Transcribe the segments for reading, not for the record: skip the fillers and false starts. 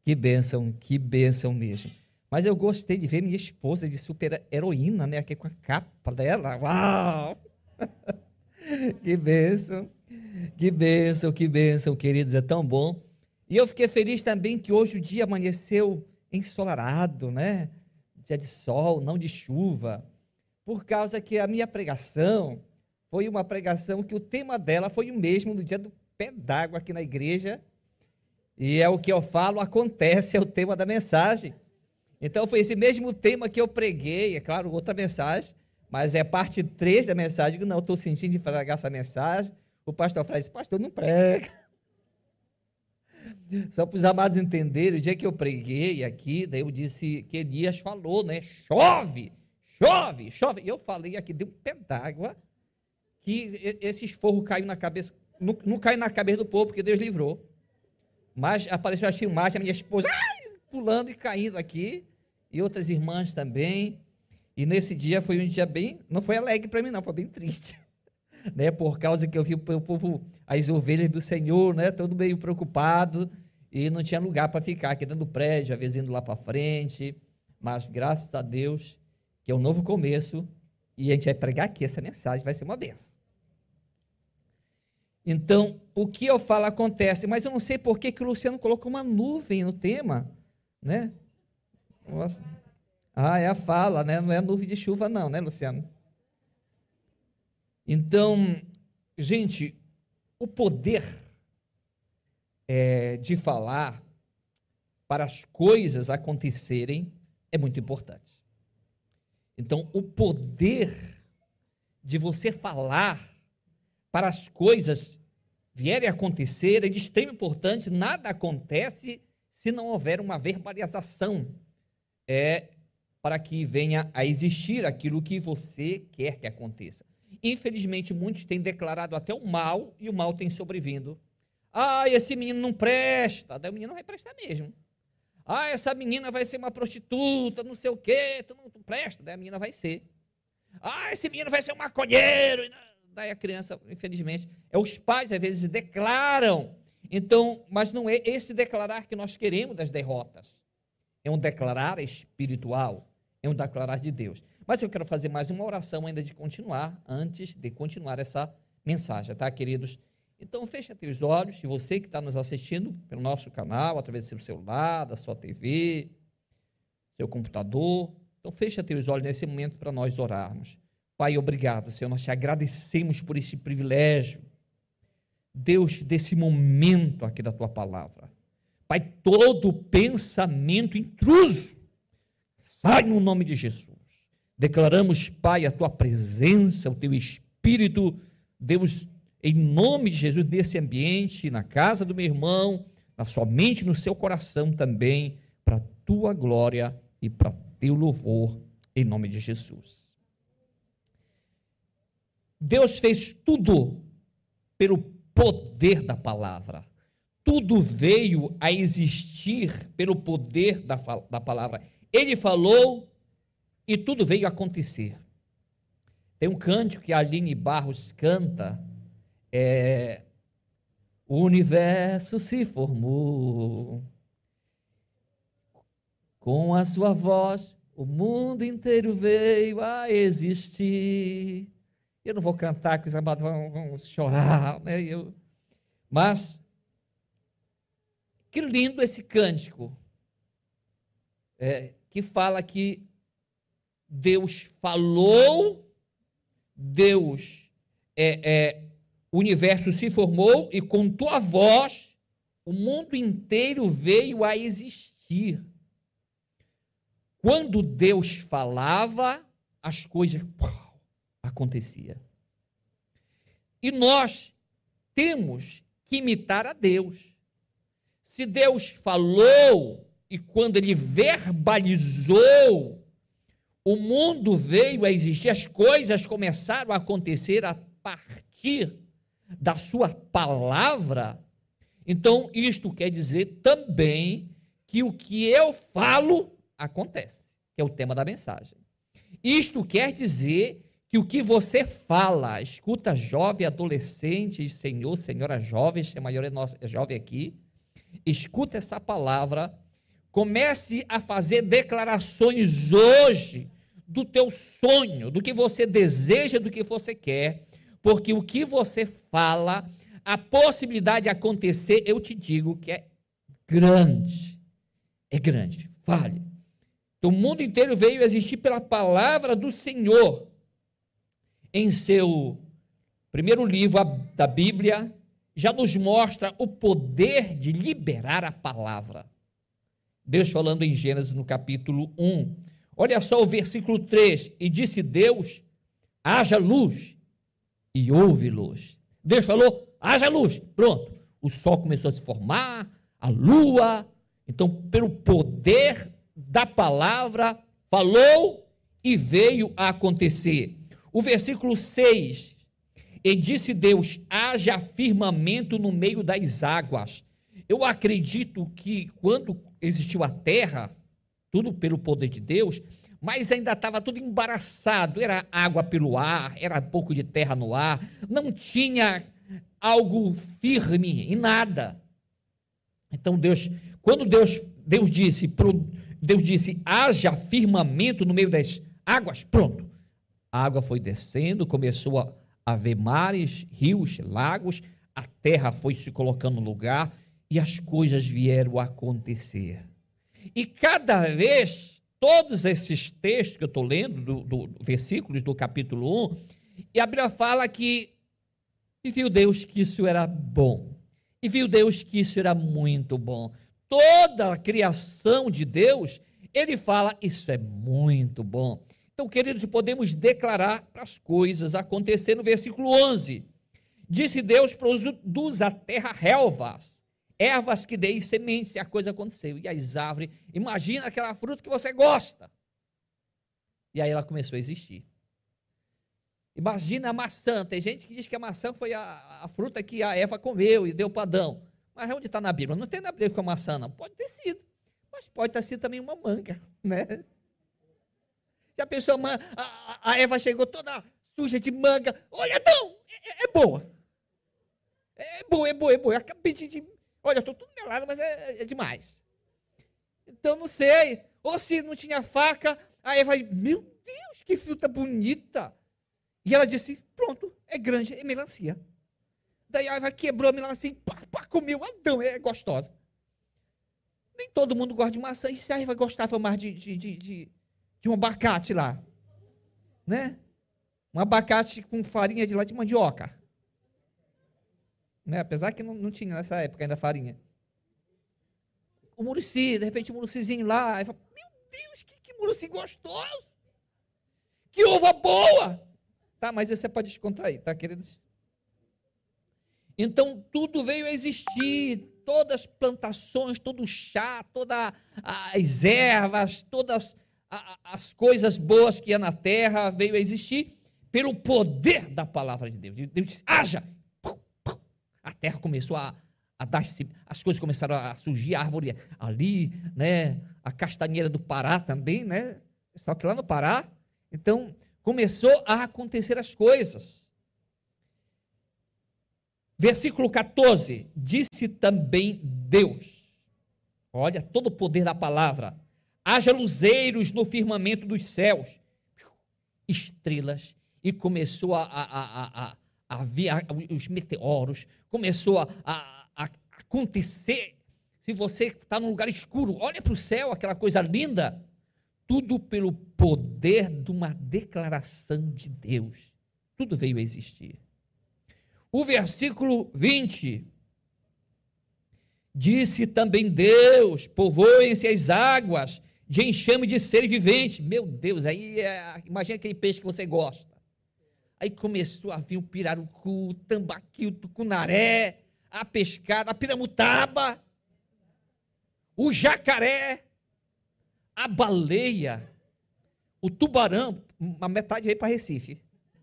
Que bênção mesmo. Mas eu gostei de ver minha esposa de super heroína, né? Aqui com a capa dela. Uau! Que bênção, que bênção, que bênção, queridos. É tão bom. E eu fiquei feliz também que hoje o dia amanheceu ensolarado, né? Dia de sol, não de chuva. Por causa que a minha pregação foi uma pregação que o tema dela foi o mesmo no dia do pé d'água aqui na igreja. E é o que eu falo, acontece, é o tema da mensagem. Então foi esse mesmo tema que eu preguei, é claro, outra mensagem, mas é parte 3 da mensagem. Não, estou sentindo de pregar essa mensagem. O pastor Fred disse, pastor, não prega. Só para os amados entenderem, o dia que eu preguei aqui, daí eu disse que Elias falou, né? Chove, chove, chove. E eu falei aqui, deu um pé d'água, que esse forro caiu na cabeça, não caiu na cabeça do povo, porque Deus livrou. Mas apareceu a filmagem, a minha esposa pulando e caindo aqui, e outras irmãs também. E nesse dia foi um dia bem, não foi alegre para mim não, foi bem triste, né? Por causa que eu vi o povo, as ovelhas do Senhor, né? Todo meio preocupado, e não tinha lugar para ficar aqui dentro do prédio, às vezes indo lá para frente. Mas graças a Deus, que é um novo começo, e a gente vai pregar aqui essa mensagem, vai ser uma bênção. Então, o que eu falo acontece, mas eu não sei por que o Luciano colocou uma nuvem no tema, né? Nossa. Ah, é a fala, né? Não é a nuvem de chuva não, né, Luciano? Então, gente, o poder de falar para as coisas acontecerem é muito importante. Então, o poder de você falar para as coisas vierem a acontecer é de extrema importância. Nada acontece se não houver uma verbalização para que venha a existir aquilo que você quer que aconteça. Infelizmente, muitos têm declarado até o mal, e o mal tem sobrevindo. Ah, esse menino não presta, daí o menino não vai prestar mesmo. Ah, essa menina vai ser uma prostituta, não sei o quê, tu não presta, daí a menina vai ser. Ah, esse menino vai ser um maconheiro, daí a criança, infelizmente, os pais às vezes declaram. Então, mas não é esse declarar que nós queremos das derrotas. É um declarar espiritual, é um declarar de Deus. Mas eu quero fazer mais uma oração ainda de continuar, antes de continuar essa mensagem, tá, queridos? Então, fecha teus olhos, e você que está nos assistindo pelo nosso canal, através do seu celular, da sua TV, seu computador, então fecha teus olhos nesse momento para nós orarmos. Pai, obrigado, Senhor, nós te agradecemos por esse privilégio, Deus, desse momento aqui da tua palavra. Pai, todo pensamento intruso, sai no nome de Jesus. Declaramos, Pai, a tua presença, o teu Espírito, Deus, em nome de Jesus, nesse ambiente, na casa do meu irmão, na sua mente, no seu coração também, para a tua glória e para teu louvor, em nome de Jesus. Deus fez tudo pelo poder da palavra. Tudo veio a existir pelo poder da palavra. Ele falou e tudo veio a acontecer. Tem um cântico que a Aline Barros canta, o universo se formou, com a sua voz o mundo inteiro veio a existir. Eu não vou cantar, que os amados vão chorar, né? Mas, que lindo esse cântico, que fala que Deus falou, Deus, o universo se formou e com tua voz o mundo inteiro veio a existir. Quando Deus falava, as coisas aconteciam. E nós temos que imitar a Deus. Se Deus falou e quando Ele verbalizou, o mundo veio a existir, as coisas começaram a acontecer a partir da sua palavra. Então, isto quer dizer também que o que eu falo acontece, que é o tema da mensagem. Isto quer dizer que o que você fala, escuta, jovem, adolescente, senhor, senhora jovem, a maioria é jovem aqui, escuta essa palavra, Comece a fazer declarações hoje do teu sonho, do que você deseja, do que você quer, porque o que você fala, a possibilidade de acontecer, eu te digo que é grande. É grande. Fale. Então, o mundo inteiro veio existir pela palavra do Senhor. Em seu primeiro livro da Bíblia, já nos mostra o poder de liberar a palavra. Deus falando em Gênesis no capítulo 1. Olha só o versículo 3. E disse Deus, haja luz, e houve luz. Deus falou, haja luz. Pronto. O sol começou a se formar, a lua. Então, pelo poder da palavra, falou e veio a acontecer. O versículo 6. E disse Deus, haja firmamento no meio das águas. Eu acredito que quando existiu a terra, tudo pelo poder de Deus, mas ainda estava tudo embaraçado, era água pelo ar, era pouco de terra no ar, não tinha algo firme em nada. Então quando Deus disse, haja firmamento no meio das águas, pronto. A água foi descendo, começou a haver mares, rios, lagos, a terra foi se colocando no lugar e as coisas vieram a acontecer. E cada vez, todos esses textos que eu estou lendo, versículos do capítulo 1, e a Bíblia fala que e viu Deus que isso era bom, e viu Deus que isso era muito bom. Toda a criação de Deus, ele fala, isso é muito bom. Então, queridos, podemos declarar para as coisas acontecer no versículo 11. Disse Deus, produz a terra relvas, ervas que deem sementes, e a coisa aconteceu. E as árvores, imagina aquela fruta que você gosta. E aí ela começou a existir. Imagina a maçã, tem gente que diz que a maçã foi a fruta que a Eva comeu e deu para Adão. Mas onde está na Bíblia? Não tem na Bíblia com a maçã, não. Pode ter sido, mas pode ter sido também uma manga, né? Já pensou, a Eva chegou toda suja de manga. Olha, Adão, é boa. É boa. Eu acabei de... Olha, eu estou tudo melado, mas é demais. Então, não sei. Ou se não tinha faca, a Eva, meu Deus, que fruta bonita. E ela disse, pronto, é grande, é melancia. Daí a Eva quebrou a melancia e pá, comeu. Adão, é gostosa. Nem todo mundo gosta de maçã. E se a Eva gostava mais de um abacate lá? Né? Um abacate com farinha de mandioca. Né? Apesar que não tinha nessa época ainda farinha. O murici, de repente o muricizinho lá. Aí fala, meu Deus, que murici gostoso. Que uva boa. Tá, mas isso é para descontrair, tá, queridos? Então, tudo veio a existir. Todas as plantações, todo o chá, todas as ervas, todas as coisas boas que há na terra veio a existir pelo poder da palavra de Deus. Deus disse, haja. A terra começou a dar, as coisas começaram a surgir, a árvore ali, né? A castanheira do Pará também, né? Só que lá no Pará, então, começou a acontecer as coisas. Versículo 14, disse também Deus, olha, todo o poder da palavra, haja luzeiros no firmamento dos céus, estrelas, e começou a vir os meteoros, começou a acontecer. Se você está num lugar escuro, olha para o céu, aquela coisa linda, tudo pelo poder de uma declaração de Deus, tudo veio a existir. O versículo 20, disse também Deus, povoem-se as águas de enxame de seres viventes. Meu Deus, aí imagina aquele peixe que você gosta. Aí começou a vir o pirarucu, o tambaqui, o tucunaré, a pescada, a piramutaba, o jacaré, a baleia, o tubarão, a metade veio para Recife.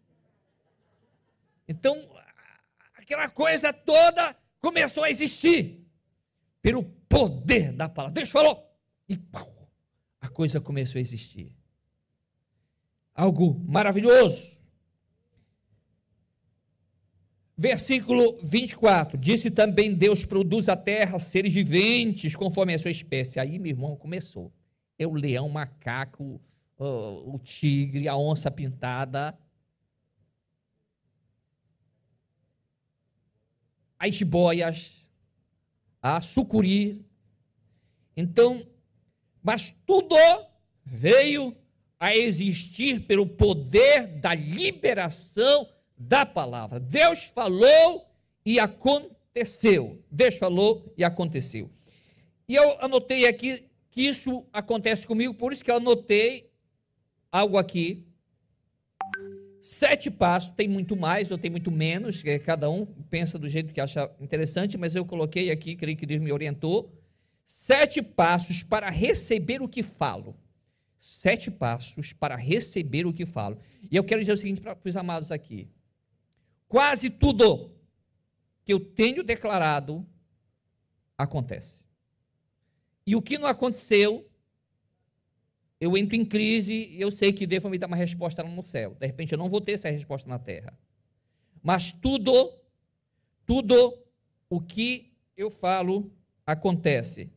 Então, aquela coisa toda começou a existir pelo poder da palavra. Deus falou e pau, a coisa começou a existir. Algo maravilhoso. Versículo 24, disse também Deus, produz a terra seres viventes conforme a sua espécie. Aí, meu irmão, começou. É o leão, o macaco, o tigre, a onça pintada, as jiboias, a sucuri. Então, mas tudo veio a existir pelo poder da liberação da palavra. Deus falou e aconteceu. Deus falou e aconteceu. E eu anotei aqui que isso acontece comigo, por isso que eu anotei algo aqui. 7 passos, tem muito mais ou tem muito menos, cada um pensa do jeito que acha interessante, mas eu coloquei aqui, creio que Deus me orientou, 7 passos para receber o que falo. 7 passos para receber o que falo. E eu quero dizer o seguinte para os amados aqui. Quase tudo que eu tenho declarado acontece. E o que não aconteceu, eu entro em crise e eu sei que Deus vai me dar uma resposta lá no céu. De repente eu não vou ter essa resposta na terra. Mas tudo o que eu falo acontece.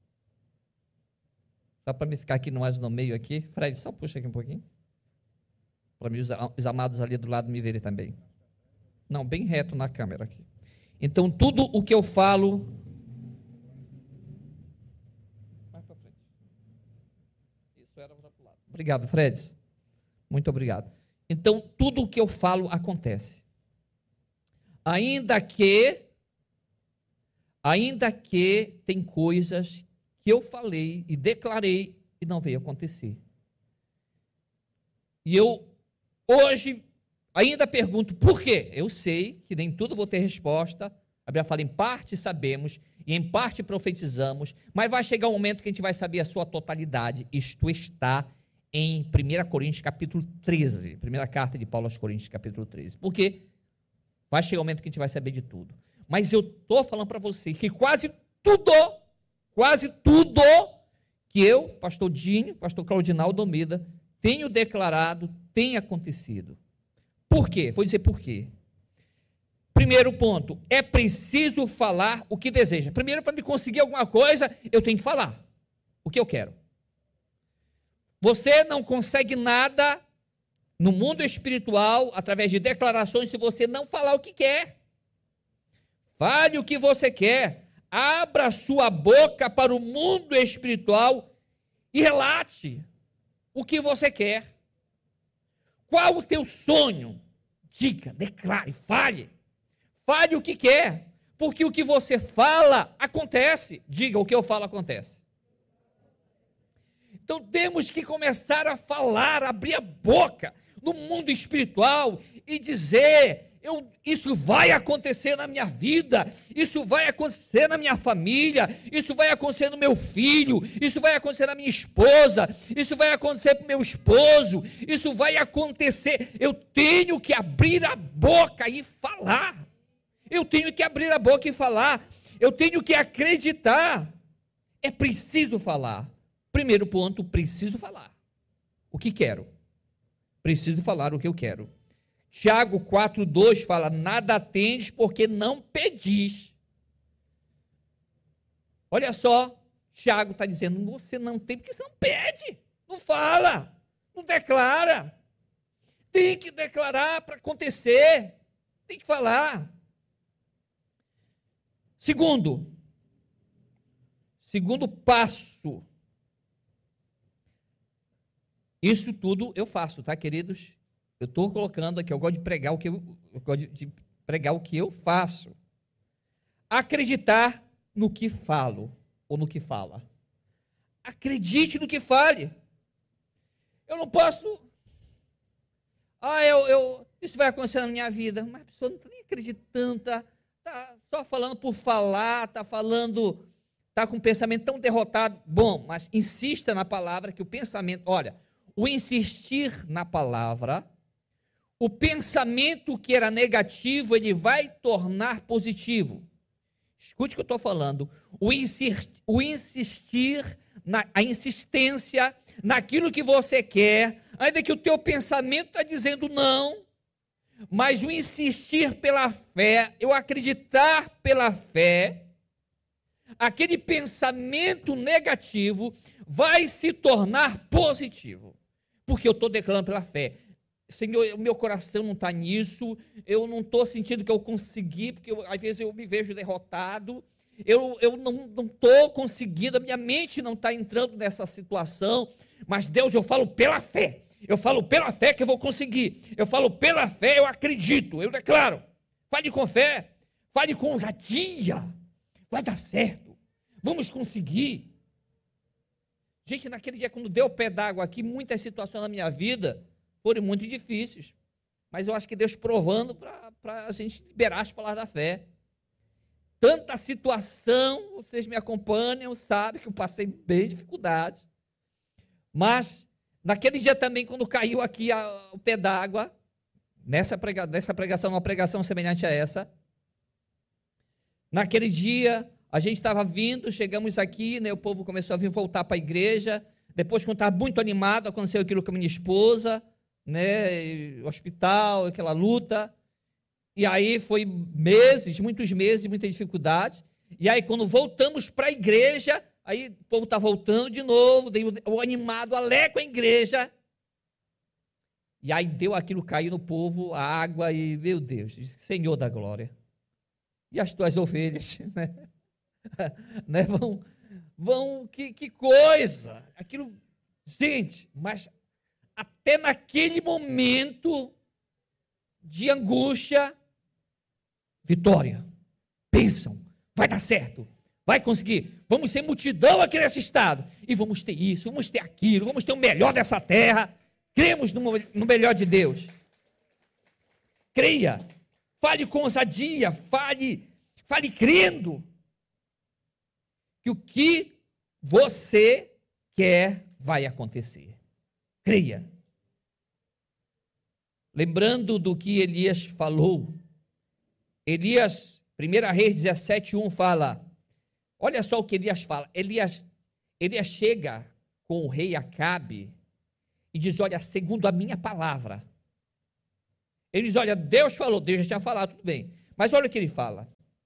Só para me ficar aqui mais no meio aqui. Fred, só puxa aqui um pouquinho. Para os amados ali do lado me verem também. Não, bem reto na câmera aqui. Então, tudo o que eu falo... Mais para frente. Isso era para o lado. Obrigado, Fred. Muito obrigado. Então, tudo o que eu falo acontece. Ainda que tem coisas que eu falei e declarei e não veio acontecer. E eu, hoje... ainda pergunto por quê? Eu sei que nem tudo vou ter resposta. A Bíblia fala, em parte sabemos e em parte profetizamos, mas vai chegar um momento que a gente vai saber a sua totalidade. Isto está em 1 Coríntios capítulo 13, primeira carta de Paulo aos Coríntios capítulo 13. Porque vai chegar um momento que a gente vai saber de tudo. Mas eu estou falando para você que quase tudo que eu, pastor Dinho, pastor Claudinaldo Almeida, tenho declarado, tem acontecido. Por quê? Vou dizer por quê. Primeiro ponto, é preciso falar o que deseja. Primeiro, para me conseguir alguma coisa, eu tenho que falar o que eu quero. Você não consegue nada no mundo espiritual, através de declarações, se você não falar o que quer. Fale o que você quer. Abra sua boca para o mundo espiritual e relate o que você quer. Qual o teu sonho? Diga, declare, fale. Fale o que quer, porque o que você fala acontece. Diga, o que eu falo acontece. Então temos que começar a falar, abrir a boca no mundo espiritual e dizer... isso vai acontecer na minha vida, isso vai acontecer na minha família, isso vai acontecer no meu filho, isso vai acontecer na minha esposa, isso vai acontecer para o meu esposo, isso vai acontecer. Eu tenho que abrir a boca e falar, eu tenho que abrir a boca e falar, eu tenho que acreditar, é preciso falar. Primeiro ponto, preciso falar o que quero, preciso falar o que eu quero. Tiago 4,2 fala, nada tendes porque não pedis. Olha só, Tiago está dizendo, você não tem porque você não pede, não fala, não declara. Tem que declarar para acontecer, tem que falar. Segundo passo, isso tudo eu faço, tá, queridos? Eu estou colocando aqui, eu gosto de pregar o que eu faço. Acreditar no que falo, ou no que fala. Acredite no que fale. Eu não posso... isso vai acontecer na minha vida. Mas a pessoa não está nem acreditando, está só falando por falar, está com um pensamento tão derrotado. Bom, mas insista na palavra, que o pensamento... Olha, o insistir na palavra... O pensamento que era negativo, ele vai tornar positivo. Escute o que eu estou falando. A insistência naquilo que você quer, ainda que o teu pensamento está dizendo não, Mas o insistir pela fé, eu acreditar pela fé, aquele pensamento negativo vai se tornar positivo. Porque eu estou declarando pela fé. Senhor, o meu coração não está nisso, eu não estou sentindo que eu consegui, porque às vezes eu me vejo derrotado, eu não estou conseguindo, a minha mente não está entrando nessa situação, mas Deus, eu falo pela fé que eu vou conseguir, eu falo pela fé, eu acredito, eu declaro, fale com fé, fale com ousadia, vai dar certo, vamos conseguir. Gente, naquele dia quando deu o pé d'água aqui, muitas situações na minha vida foram muito difíceis, mas eu acho que Deus provando para a gente liberar as palavras da fé. Tanta situação, vocês me acompanham, sabem que eu passei bem dificuldade, mas naquele dia também, quando caiu aqui o pé d'água, nessa pregação, uma pregação semelhante a essa, naquele dia a gente estava vindo, chegamos aqui, né, o povo começou a vir voltar para a igreja, depois quando estava muito animado, aconteceu aquilo com a minha esposa, né, hospital, aquela luta, e aí foi meses, muita dificuldade, e aí quando voltamos para a igreja, aí o povo está voltando de novo, o animado, alegre com a igreja, e aí deu aquilo, caiu no povo, a água, e meu Deus, Senhor da glória, e as tuas ovelhas, né, que coisa, aquilo, gente, mas até naquele momento de angústia, vitória, bênção, vai dar certo, vai conseguir, vamos ser multidão aqui nesse estado, e vamos ter isso, vamos ter aquilo, vamos ter o melhor dessa terra, cremos no melhor de Deus, creia, fale com ousadia, fale crendo, que o que você quer vai acontecer, creia. Lembrando do que Elias falou, Elias, 1 Reis 17:1 fala, olha só o que Elias fala, Elias chega com o rei Acabe e diz, olha, segundo a minha palavra, ele diz, olha, Deus falou, Deus já tinha falado, tudo bem, mas olha o que ele fala,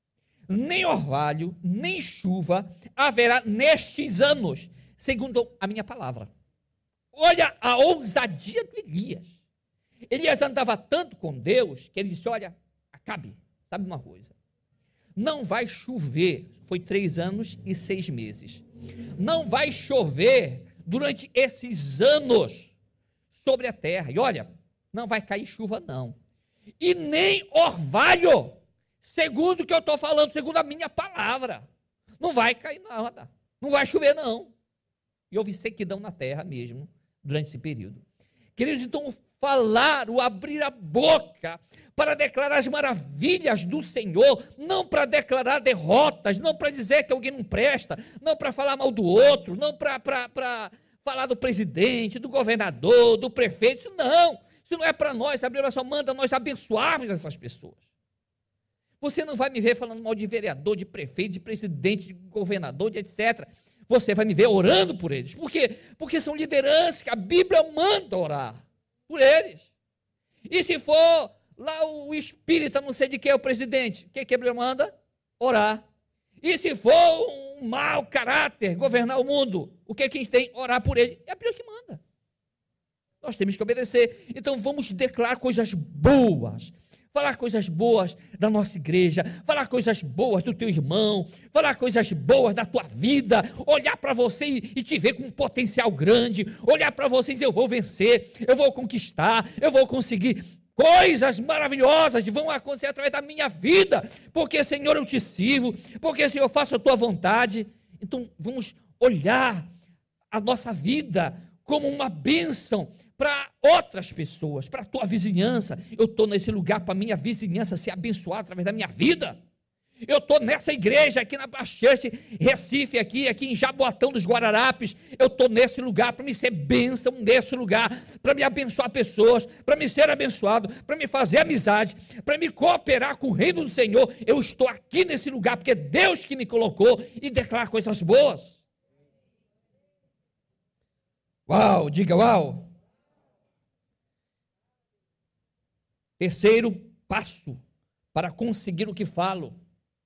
nem orvalho, nem chuva haverá nestes anos, segundo a minha palavra. Olha a ousadia do Elias. Elias andava tanto com Deus, que ele disse, olha, Acabe, sabe uma coisa, não vai chover, foi 3 anos e 6 meses, não vai chover durante esses anos sobre a terra, e olha, não vai cair chuva não, e nem orvalho, segundo o que eu estou falando, segundo a minha palavra, não vai cair nada, não vai chover não, e houve sequidão na terra mesmo, durante esse período. Queridos, então, falar, o abrir a boca, para declarar as maravilhas do Senhor, não para declarar derrotas, não para dizer que alguém não presta, não para falar mal do outro, não para falar do presidente, do governador, do prefeito, isso não é para nós, a Bíblia só manda nós abençoarmos essas pessoas. Você não vai me ver falando mal de vereador, de prefeito, de presidente, de governador, de etc. Você vai me ver orando por eles. Por quê? Porque são lideranças que a Bíblia manda orar por eles. E se for lá o espírita, não sei de quem é o presidente, o que a Bíblia manda? Orar. E se for um mau caráter governar o mundo, o que a gente tem? Orar por ele. É a Bíblia que manda. Nós temos que obedecer. Então vamos declarar coisas boas. Falar coisas boas da nossa igreja, falar coisas boas do teu irmão, falar coisas boas da tua vida, olhar para você e te ver com um potencial grande, olhar para você e dizer, eu vou vencer, eu vou conquistar, eu vou conseguir. Coisas maravilhosas vão acontecer através da minha vida, porque, Senhor, eu te sirvo, porque, Senhor, eu faço a tua vontade. Então, vamos olhar a nossa vida como uma bênção para outras pessoas, para a tua vizinhança. Eu estou nesse lugar para a minha vizinhança ser abençoada através da minha vida. Eu estou nessa igreja aqui na Bachete, Recife, aqui em Jaboatão dos Guararapes. Eu estou nesse lugar para me ser bênção nesse lugar, para me abençoar pessoas, para me ser abençoado, para me fazer amizade, para me cooperar com o reino do Senhor. Eu estou aqui nesse lugar porque é Deus que me colocou e declara coisas boas. Uau, diga uau. Terceiro passo para conseguir o que falo: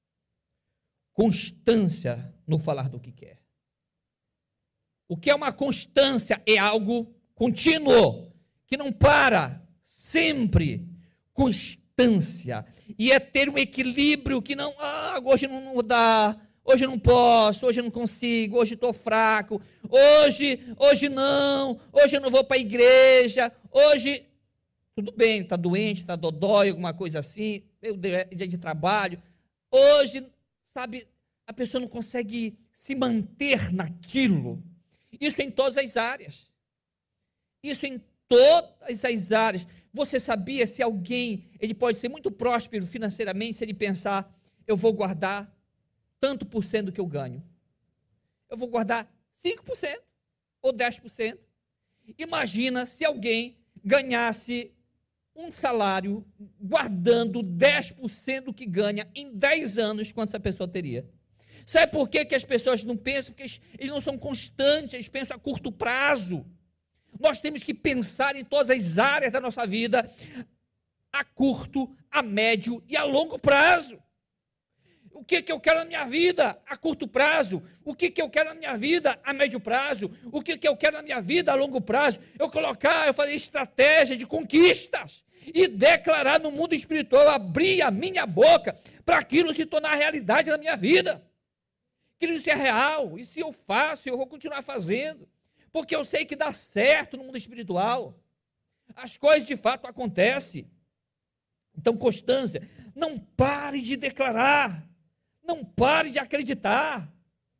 constância no falar do que quer. O que é uma constância? É algo contínuo, que não para, sempre. Constância. E é ter um equilíbrio que não, hoje não dá, hoje eu não posso, hoje eu não consigo, hoje estou fraco, hoje não, hoje eu não vou para a igreja, hoje, tudo bem, está doente, está dodói, alguma coisa assim, meu Deus, é dia de trabalho, hoje, sabe, a pessoa não consegue se manter naquilo. Isso em todas as áreas. Isso em todas as áreas. Você sabia se alguém, ele pode ser muito próspero financeiramente, se ele pensar, eu vou guardar tanto por cento do que eu ganho. Eu vou guardar 5% ou 10%. Imagina se alguém ganhasse um salário guardando 10% do que ganha em 10 anos, quanto essa pessoa teria? Sabe por que as pessoas não pensam? Porque eles não são constantes, eles pensam a curto prazo. Nós temos que pensar em todas as áreas da nossa vida, a curto, a médio e a longo prazo. O que eu quero na minha vida a curto prazo? O que eu quero na minha vida a médio prazo? O que eu quero na minha vida a longo prazo? Eu fazer estratégia de conquistas e declarar no mundo espiritual, abrir a minha boca para aquilo se tornar realidade na minha vida. Aquilo isso é real, e se eu faço, eu vou continuar fazendo, porque eu sei que dá certo no mundo espiritual. As coisas de fato acontecem. Então, constância. Não pare de declarar. Não pare de acreditar.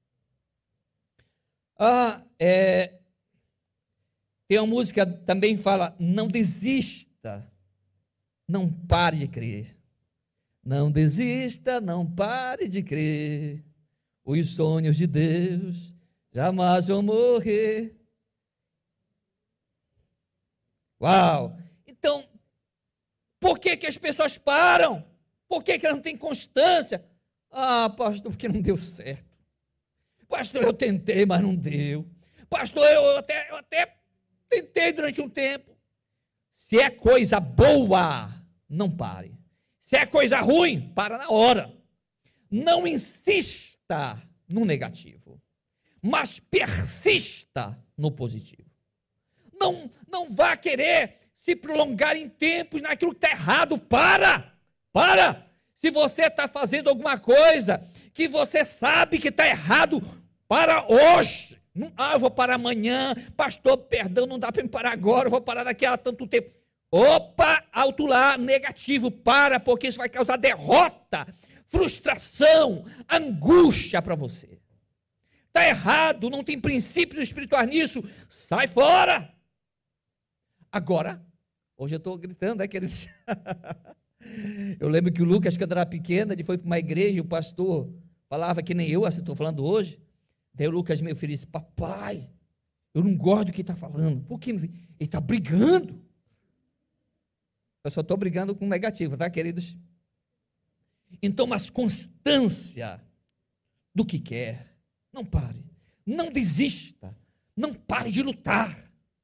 Tem uma música que também fala, não desista. Não pare de crer. Não desista, não pare de crer. Os sonhos de Deus jamais vão morrer. Uau! Então, por que as pessoas param? Por que elas não têm constância? Pastor, porque não deu certo. Pastor, eu tentei, mas não deu. Pastor, eu até tentei durante um tempo. Se é coisa boa, não pare. Se é coisa ruim, para na hora. Não insista no negativo, mas persista no positivo. Não vá querer se prolongar em tempos naquilo que está errado. Para! Se você está fazendo alguma coisa que você sabe que está errado, para hoje. Eu vou parar amanhã. Pastor, perdão, não dá para me parar agora, eu vou parar daqui a tanto tempo. Opa, alto lá, negativo, porque isso vai causar derrota, frustração, angústia para você. Está errado, não tem princípios espirituais nisso, sai fora. Agora, hoje eu estou gritando, queridos? Eu lembro que o Lucas, quando era pequeno, ele foi para uma igreja e o pastor falava que nem eu, assim estou falando hoje. Daí o Lucas, meu filho, disse, papai, eu não gosto do que ele está falando. Por que? Ele está brigando. Eu só estou brigando com negativo, tá, queridos? Então, mas constância do que quer. Não pare, não desista, não pare de lutar.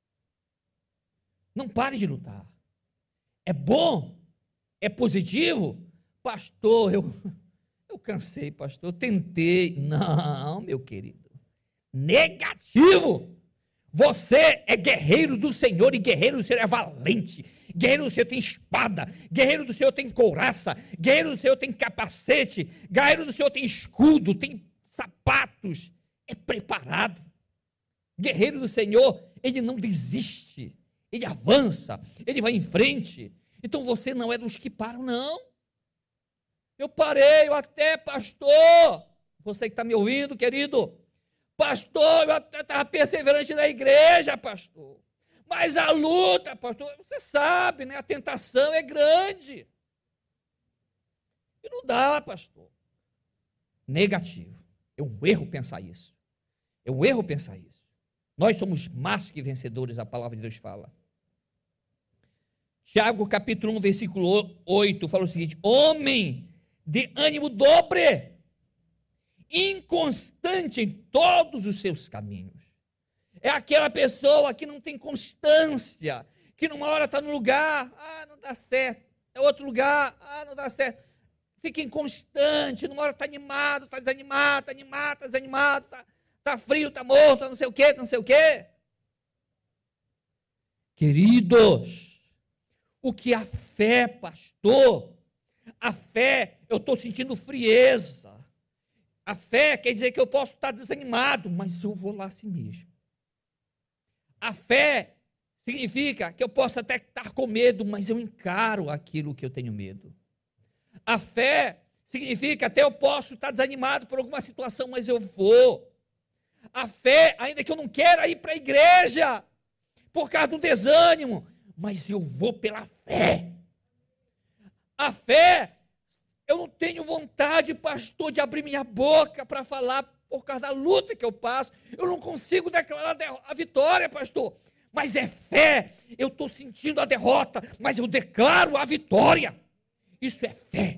Não pare de lutar. É bom, é positivo. Pastor, eu cansei, pastor, eu tentei. Não, meu querido. Negativo. Você é guerreiro do Senhor e guerreiro do Senhor é valente. Guerreiro do Senhor tem espada, guerreiro do Senhor tem couraça, guerreiro do Senhor tem capacete, guerreiro do Senhor tem escudo, tem sapatos, é preparado. Guerreiro do Senhor, ele não desiste, ele avança, ele vai em frente. Então você não é dos que param, não. Eu parei, eu até, pastor, você que está me ouvindo, querido, pastor, eu até estava perseverante na igreja, pastor. Mas a luta, pastor, você sabe, né? A tentação é grande. E não dá, pastor. Negativo. É um erro pensar isso. É um erro pensar isso. Nós somos mais que vencedores, a palavra de Deus fala. Tiago, capítulo 1, versículo 8, fala o seguinte: homem de ânimo dobre, inconstante em todos os seus caminhos. É aquela pessoa que não tem constância, que numa hora está no lugar, não dá certo. é outro lugar, não dá certo. Fica inconstante, numa hora está animado, está desanimado, está animado, está desanimado, está frio, está morto, tá não sei o quê, não sei o quê. Queridos, o que a fé, pastor? A fé, eu estou sentindo frieza. A fé quer dizer que eu posso estar desanimado, mas eu vou lá assim mesmo. A fé significa que eu posso até estar com medo, mas eu encaro aquilo que eu tenho medo. A fé significa até eu posso estar desanimado por alguma situação, mas eu vou. A fé, ainda que eu não queira ir para a igreja, por causa do desânimo, mas eu vou pela fé. A fé, eu não tenho vontade, pastor, de abrir minha boca para falar por causa da luta que eu passo. Eu não consigo declarar a vitória, pastor. Mas é fé. Eu estou sentindo a derrota, mas eu declaro a vitória. Isso é fé.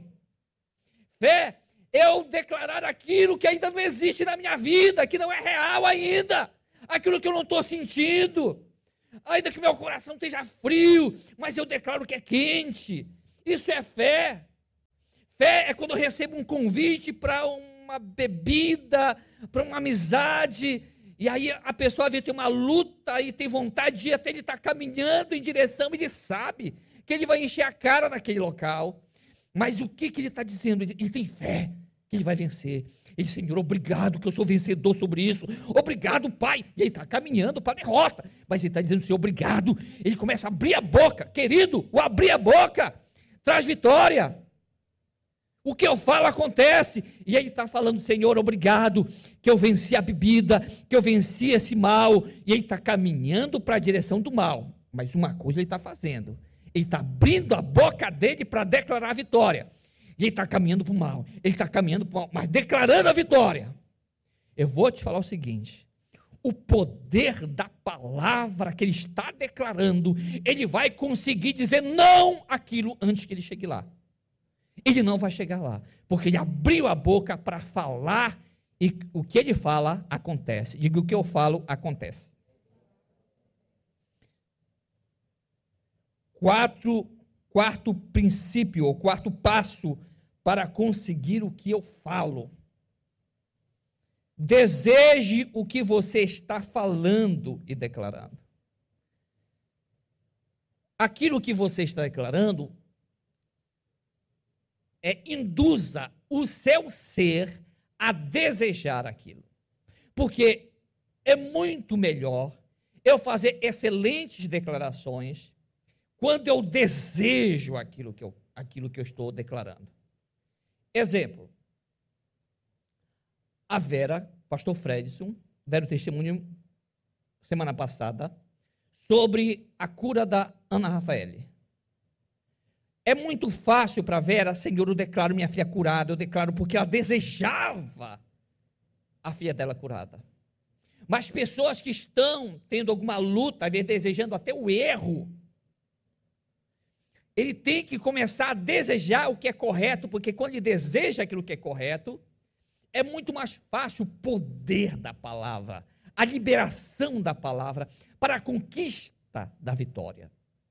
Fé é eu declarar aquilo que ainda não existe na minha vida, que não é real ainda. Aquilo que eu não estou sentindo. Ainda que meu coração esteja frio, mas eu declaro que é quente. Isso é fé. Fé é quando eu recebo um convite para uma bebida, para uma amizade, e aí a pessoa vê que tem uma luta e tem vontade de ir até ele estar caminhando em direção, ele sabe que ele vai encher a cara naquele local. Mas o que ele está dizendo? Ele tem fé que ele vai vencer. Ele, Senhor, obrigado que eu sou vencedor sobre isso. Obrigado, Pai. E ele está caminhando para a derrota. Mas ele está dizendo, Senhor, obrigado. Ele começa a abrir a boca. Querido, o abrir a boca traz vitória. O que eu falo acontece. E ele está falando, Senhor, obrigado que eu venci a bebida, que eu venci esse mal. E ele está caminhando para a direção do mal. Mas uma coisa ele está fazendo. Ele está abrindo a boca dele para declarar a vitória. E ele está caminhando para o mal. Ele está caminhando para o mal, mas declarando a vitória. Eu vou te falar o seguinte. O poder da palavra que ele está declarando, ele vai conseguir dizer não aquilo antes que ele chegue lá. Ele não vai chegar lá, porque ele abriu a boca para falar e o que ele fala acontece. Diga, o que eu falo acontece. Quarto princípio, ou quarto passo para conseguir o que eu falo. Deseje o que você está falando e declarando. Aquilo que você está declarando, induza o seu ser a desejar aquilo. Porque é muito melhor eu fazer excelentes declarações quando eu desejo aquilo que eu estou declarando. Exemplo, a Vera, pastor Fredson, deram testemunho semana passada sobre a cura da Ana Rafaele. É muito fácil para a Vera, Senhor, eu declaro minha filha curada, eu declaro porque ela desejava a filha dela curada. Mas pessoas que estão tendo alguma luta, às vezes desejando até o erro, ele tem que começar a desejar o que é correto, porque quando ele deseja aquilo que é correto, é muito mais fácil o poder da palavra, a liberação da palavra para a conquista da vitória.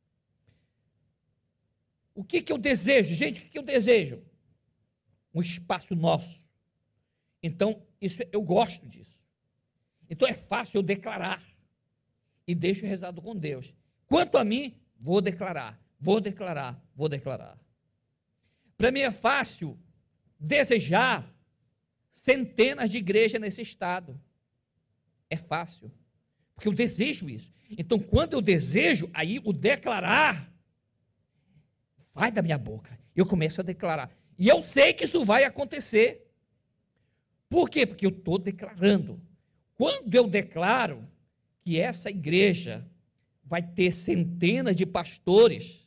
O que eu desejo? Gente, o que eu desejo? Um espaço nosso. Então, eu gosto disso. Então, é fácil eu declarar. E deixo rezado com Deus. Quanto a mim, vou declarar. Vou declarar, vou declarar. Para mim é fácil desejar centenas de igrejas nesse estado. É fácil, porque eu desejo isso. Então, quando eu desejo, aí o declarar vai da minha boca. Eu começo a declarar. E eu sei que isso vai acontecer. Por quê? Porque eu estou declarando. Quando eu declaro que essa igreja vai ter centenas de pastores,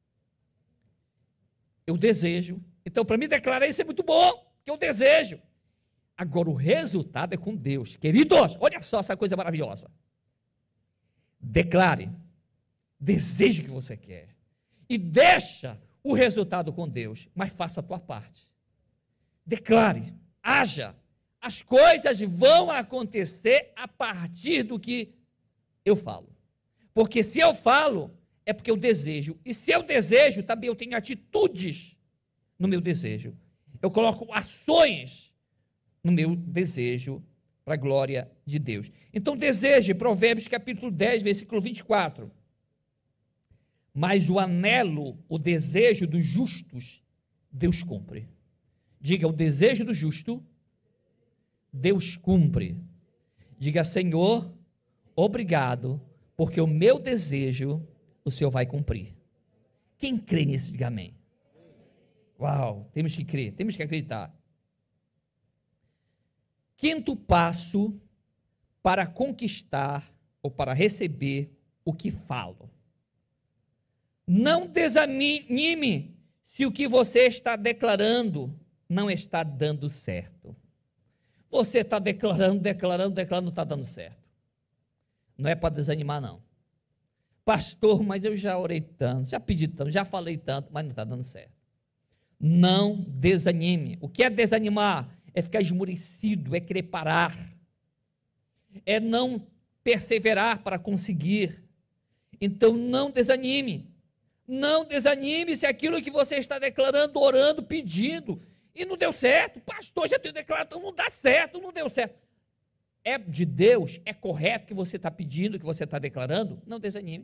eu desejo. Então, para mim, declarar isso é muito bom, porque eu desejo. Agora, o resultado é com Deus. Queridos, olha só essa coisa maravilhosa. Declare. Deseje o que você quer. E deixa o resultado com Deus, mas faça a tua parte. Declare. Haja. As coisas vão acontecer a partir do que eu falo. Porque se eu falo, é porque eu desejo. E se eu desejo, também eu tenho atitudes no meu desejo. Eu coloco ações no meu desejo para a glória de Deus. Então deseje, Provérbios capítulo 10, versículo 24. Mas o anelo, o desejo dos justos, Deus cumpre. Diga, o desejo do justo, Deus cumpre. Diga, Senhor, obrigado, porque o meu desejo, o Senhor vai cumprir. Quem crê nisso, diga amém. Uau, temos que crer, temos que acreditar. Quinto passo para conquistar ou para receber o que falo. Não desanime se o que você está declarando não está dando certo. Você está declarando, não está dando certo. Não é para desanimar, não. Pastor, mas eu já orei tanto, já pedi tanto, já falei tanto, mas não está dando certo. Não desanime. O que é desanimar? É ficar esmurecido, é querer parar. É não perseverar para conseguir. Então não desanime. Não desanime se aquilo que você está declarando, orando, pedindo, e não deu certo. Pastor, já tenho declarado, então não dá certo, não deu certo. É de Deus, é correto que você está pedindo, que você está declarando? Não desanime.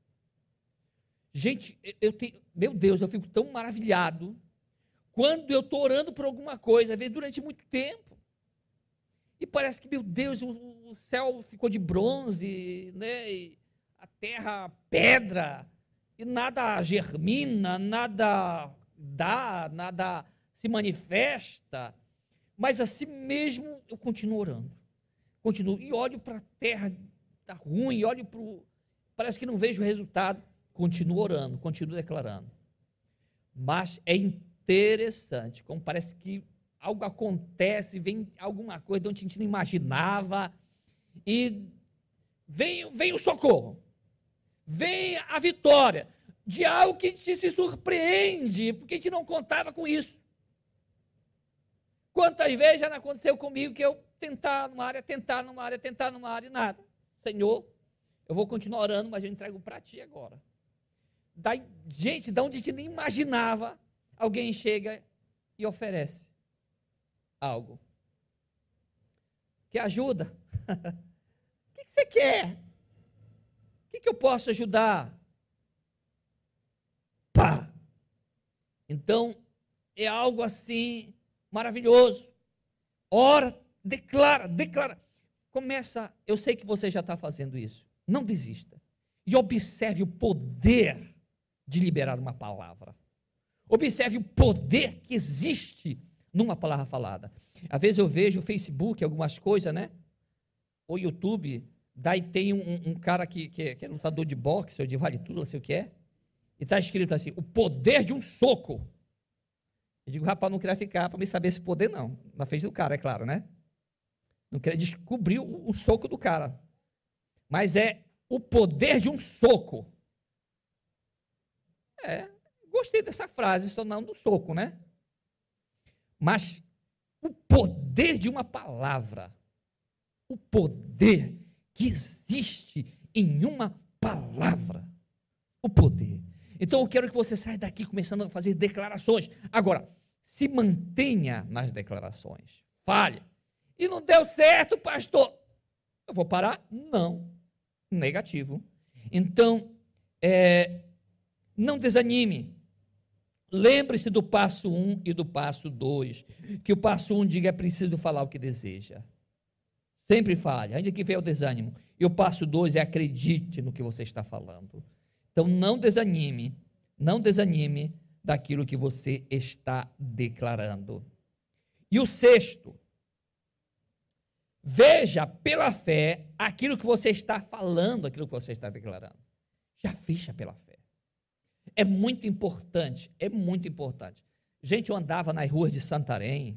Gente, meu Deus, eu fico tão maravilhado quando eu estou orando por alguma coisa, às vezes durante muito tempo, e parece que, meu Deus, o céu ficou de bronze, né? E a terra pedra, e nada germina, nada dá, nada se manifesta, mas assim mesmo eu continuo orando, continuo, e olho para a terra, está ruim, olho para o, parece que não vejo o resultado, continuo orando, continuo declarando, mas é interessante, como parece que algo acontece, vem alguma coisa de onde a gente não imaginava, e vem o socorro, vem a vitória, de algo que a gente se surpreende, porque a gente não contava com isso. Quantas vezes já não aconteceu comigo que eu tentar numa área, e nada. Senhor, eu vou continuar orando, mas eu entrego para ti agora. Daí, gente, de onde a gente nem imaginava, alguém chega e oferece algo. Quer ajuda? O que você quer? O que eu posso ajudar? Pá! Então, é algo assim maravilhoso. Ora, declara. Começa, eu sei que você já está fazendo isso. Não desista. E observe o poder de liberar uma palavra. Observe o poder que existe numa palavra falada. Às vezes eu vejo o Facebook, algumas coisas, né? Ou YouTube, daí tem um cara que é lutador de boxe, ou de vale tudo, não sei o que é, e está escrito assim, o poder de um soco. Eu digo, rapaz, não queria ficar para me saber esse poder, não. Na frente do cara, é claro, né? Não queria descobrir o soco do cara. Mas é o poder de um soco. Gostei dessa frase, só não do soco, né? Mas o poder de uma palavra. O poder que existe em uma palavra. O poder. Então eu quero que você saia daqui começando a fazer declarações. Agora, se mantenha nas declarações. Fale. E não deu certo, pastor. Eu vou parar? Não. Negativo. Então, não desanime. Lembre-se do passo 1 e do passo 2. Que o passo 1 diga é preciso falar o que deseja. Sempre fale, ainda que venha o desânimo. E o passo 2 é acredite no que você está falando. Então, não desanime daquilo que você está declarando. E o sexto, veja pela fé aquilo que você está falando, aquilo que você está declarando. Já veja pela fé. É muito importante, Gente, eu andava nas ruas de Santarém,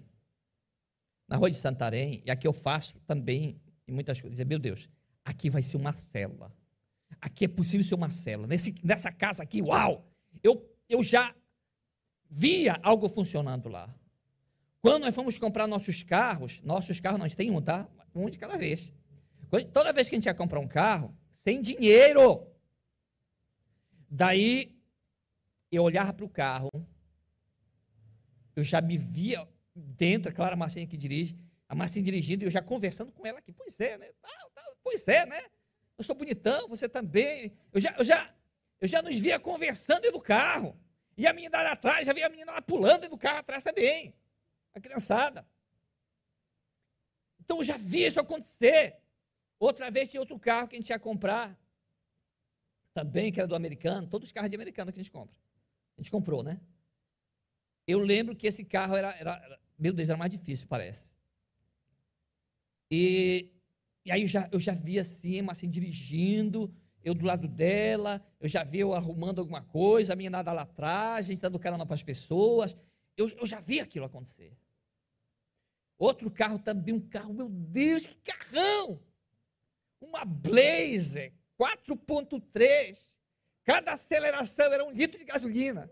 e aqui eu faço também, em muitas coisas, meu Deus, aqui vai ser uma célula. Aqui é possível ser uma célula. Nessa casa aqui, uau! Eu já via algo funcionando lá. Quando nós fomos comprar nossos carros, nós tem um, tá? Um de cada vez. Toda vez que a gente ia comprar um carro, sem dinheiro. Daí, eu olhava para o carro, eu já me via dentro, é claro, a Marcinha que dirige, a Marcinha dirigindo, e eu já conversando com ela aqui. Pois é, né? Pois é, né? Eu sou bonitão, você também. Eu já nos via conversando dentro do carro. E a menina lá atrás, já via a menina lá pulando dentro do carro atrás também. A criançada. Então eu já vi isso acontecer. Outra vez tinha outro carro que a gente ia comprar, também, que era do americano, todos os carros de americano que a gente compra. A gente comprou, né? Eu lembro que esse carro meu Deus, era mais difícil, parece. E aí eu já vi assim, dirigindo, eu do lado dela, eu já vi eu arrumando alguma coisa, a minha nada lá atrás, a gente dando carona para as pessoas. Eu já vi aquilo acontecer. Outro carro também, um carro, meu Deus, que carrão! Uma Blazer 4.3. Cada aceleração era 1 litro de gasolina.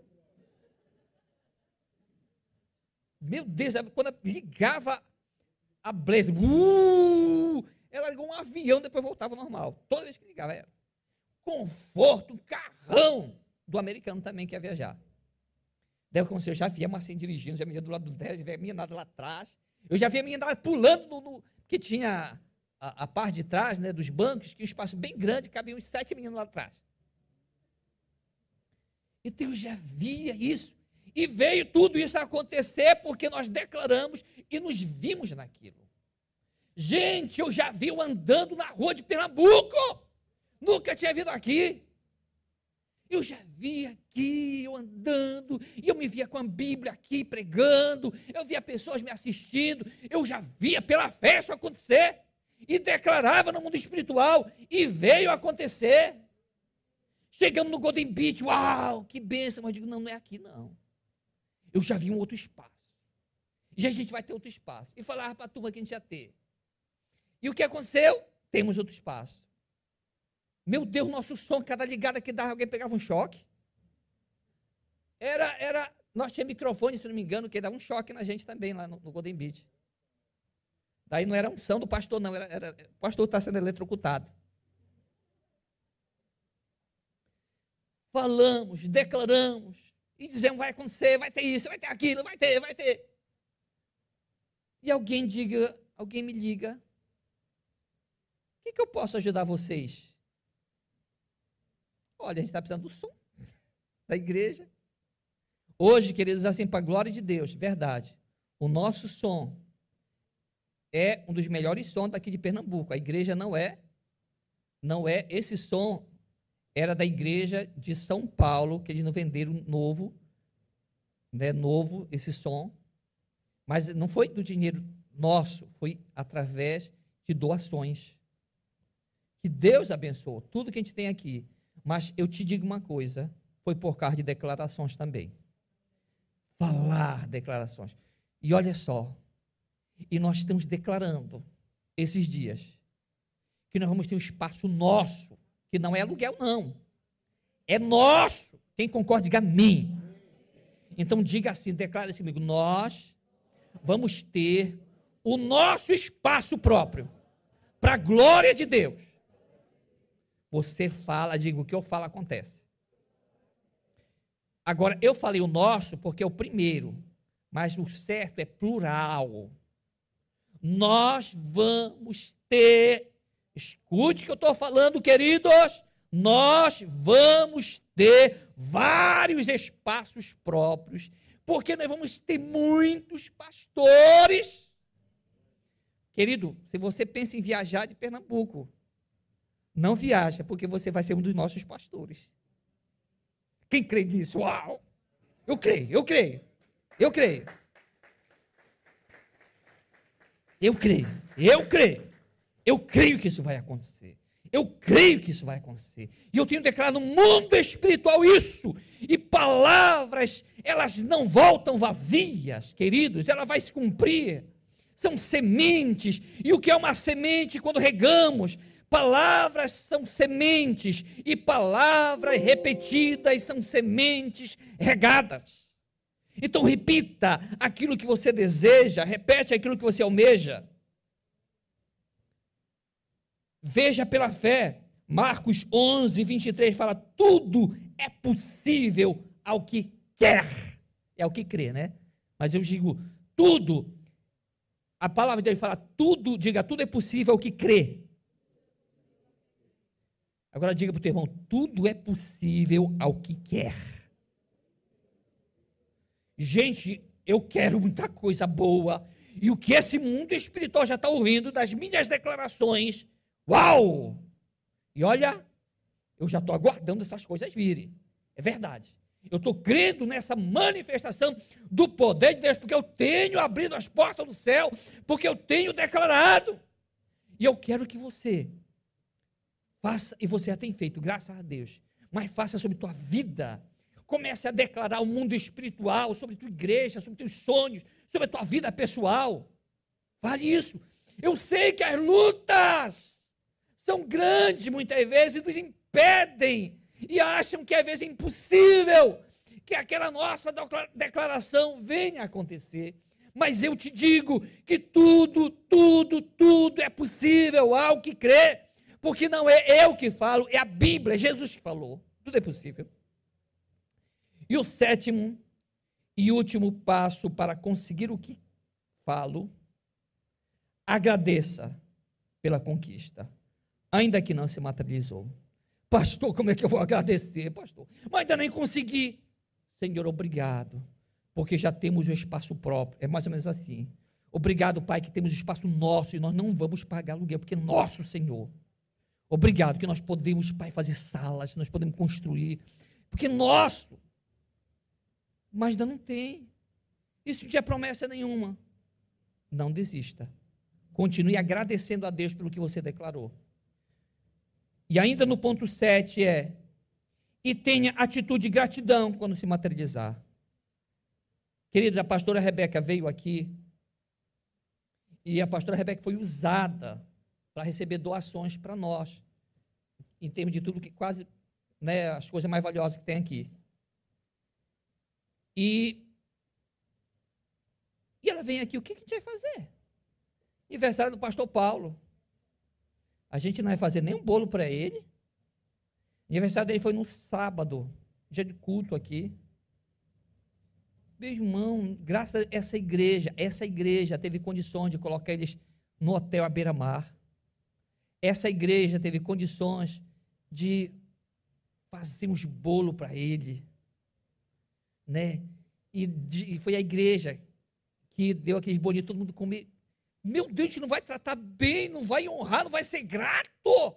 Meu Deus, quando eu ligava a Blazer, ela ligou um avião, depois voltava ao normal. Toda vez que ligava era conforto, um carrão do americano também que ia viajar. Daí eu já via a Marcinha dirigindo, já me via do lado dela, já via a minha nada lá atrás. Eu já via a minha nada pulando que tinha a parte de trás, né, dos bancos, que um espaço bem grande, cabiam uns 7 meninos lá atrás. Então eu já via isso. E veio tudo isso a acontecer porque nós declaramos e nos vimos naquilo. Gente, eu já vi eu andando na rua de Pernambuco. Nunca tinha vindo aqui. Eu já vi aqui, eu andando, e eu me via com a Bíblia aqui pregando, eu via pessoas me assistindo, eu já via pela fé isso acontecer, e declarava no mundo espiritual, e veio acontecer. Chegamos no Golden Beach, uau, que bênção, mas eu digo, não é aqui não. Eu já vi um outro espaço. E a gente vai ter outro espaço. E falava para a turma que a gente ia ter. E o que aconteceu? Temos outro espaço. Meu Deus, nosso som, cada ligada que dava, alguém pegava um choque. Nós tínhamos microfone, se não me engano, que dava um choque na gente também, lá no Golden Beach. Daí não era unção do pastor, não, o pastor está sendo eletrocutado. Falamos, declaramos, e dizemos, vai acontecer, vai ter isso, vai ter aquilo, vai ter. E alguém me liga, o que eu posso ajudar vocês? Olha, a gente está precisando do som da igreja. Hoje, queridos, assim, para a glória de Deus, verdade, o nosso som é um dos melhores sons daqui de Pernambuco. A igreja não é, esse som era da igreja de São Paulo, que eles não venderam novo, esse som, mas não foi do dinheiro nosso, foi através de doações. Que Deus abençoe tudo que a gente tem aqui. Mas eu te digo uma coisa, foi por causa de declarações também. Falar declarações. E olha só, e nós estamos declarando esses dias que nós vamos ter um espaço nosso, que não é aluguel não, é nosso. Quem concorda, diga amém. Então diga assim, declara assim comigo, nós vamos ter o nosso espaço próprio, para a glória de Deus. Você fala, digo, o que eu falo acontece. Agora, eu falei o nosso porque é o primeiro, mas o certo é plural. Nós vamos ter, escute o que eu estou falando, queridos, nós vamos ter vários espaços próprios, porque nós vamos ter muitos pastores. Querido, se você pensa em viajar de Pernambuco, não viaja, porque você vai ser um dos nossos pastores. Quem crê nisso? Uau! Eu creio. Eu creio que isso vai acontecer. E eu tenho declarado no mundo espiritual isso. E palavras, elas não voltam vazias, queridos. Ela vai se cumprir. São sementes. E o que é uma semente quando regamos? Palavras são sementes, e palavras repetidas são sementes regadas. Então repita aquilo que você deseja, repete aquilo que você almeja. Veja pela fé. Marcos 11, 23 fala, tudo é possível ao que quer. É ao que crê, né? Mas eu digo, tudo, a palavra de Deus fala, tudo, diga, tudo é possível ao que crê. Agora diga para o teu irmão, tudo é possível ao que quer. Gente, eu quero muita coisa boa. E o que esse mundo espiritual já está ouvindo das minhas declarações, uau! E olha, eu já estou aguardando essas coisas virem. É verdade. Eu estou crendo nessa manifestação do poder de Deus, porque eu tenho abrido as portas do céu, porque eu tenho declarado. E eu quero que você faça, e você já tem feito, graças a Deus, mas faça sobre tua vida. Comece a declarar o mundo espiritual, sobre tua igreja, sobre teus sonhos, sobre a tua vida pessoal. Fale isso. Eu sei que as lutas são grandes, muitas vezes, e nos impedem, e acham que às vezes é impossível que aquela nossa declaração venha a acontecer. Mas eu te digo que tudo é possível ao que crê, porque não é eu que falo, é a Bíblia, é Jesus que falou. Tudo é possível. E o sétimo e último passo para conseguir o que falo, agradeça pela conquista, ainda que não se materializou. Pastor, como é que eu vou agradecer, pastor? Mas ainda nem consegui. Senhor, obrigado, porque já temos o espaço próprio. É mais ou menos assim. Obrigado, Pai, que temos o espaço nosso e nós não vamos pagar aluguel, porque é nosso, Senhor. Obrigado que nós podemos, Pai, fazer salas, nós podemos construir, porque é nosso. Mas ainda não tem. Isso não tinha promessa nenhuma. Não desista. Continue agradecendo a Deus pelo que você declarou. E ainda no ponto 7 e tenha atitude de gratidão quando se materializar. Queridos, a pastora Rebeca veio aqui, e a pastora Rebeca foi usada para receber doações para nós, em termos de tudo que quase, né, as coisas mais valiosas que tem aqui. E ela vem aqui, o que a gente vai fazer? Aniversário do pastor Paulo. A gente não vai fazer nem um bolo para ele. O aniversário dele foi no sábado, dia de culto aqui. Meu irmão, graças a essa igreja teve condições de colocar eles no hotel à beira-mar. Essa igreja teve condições de fazer uns bolos para ele, né? E foi a igreja que deu aqueles bolinhos, todo mundo comer. Meu Deus, a gente não vai tratar bem, não vai honrar, não vai ser grato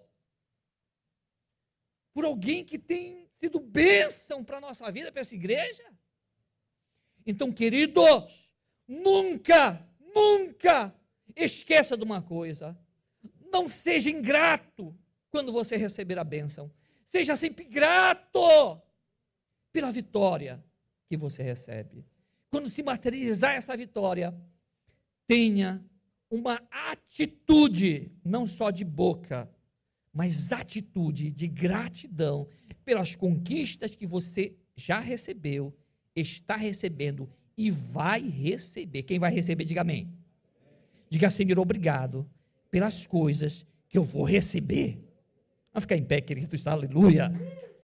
por alguém que tem sido bênção para a nossa vida, para essa igreja? Então, queridos, nunca esqueça de uma coisa: não seja ingrato quando você receber a bênção. Seja sempre grato pela vitória que você recebe. Quando se materializar essa vitória, tenha uma atitude, não só de boca, mas atitude de gratidão pelas conquistas que você já recebeu, está recebendo e vai receber. Quem vai receber, diga amém. Diga, Senhor, obrigado pelas coisas que eu vou receber. Vamos ficar em pé, queridos, aleluia.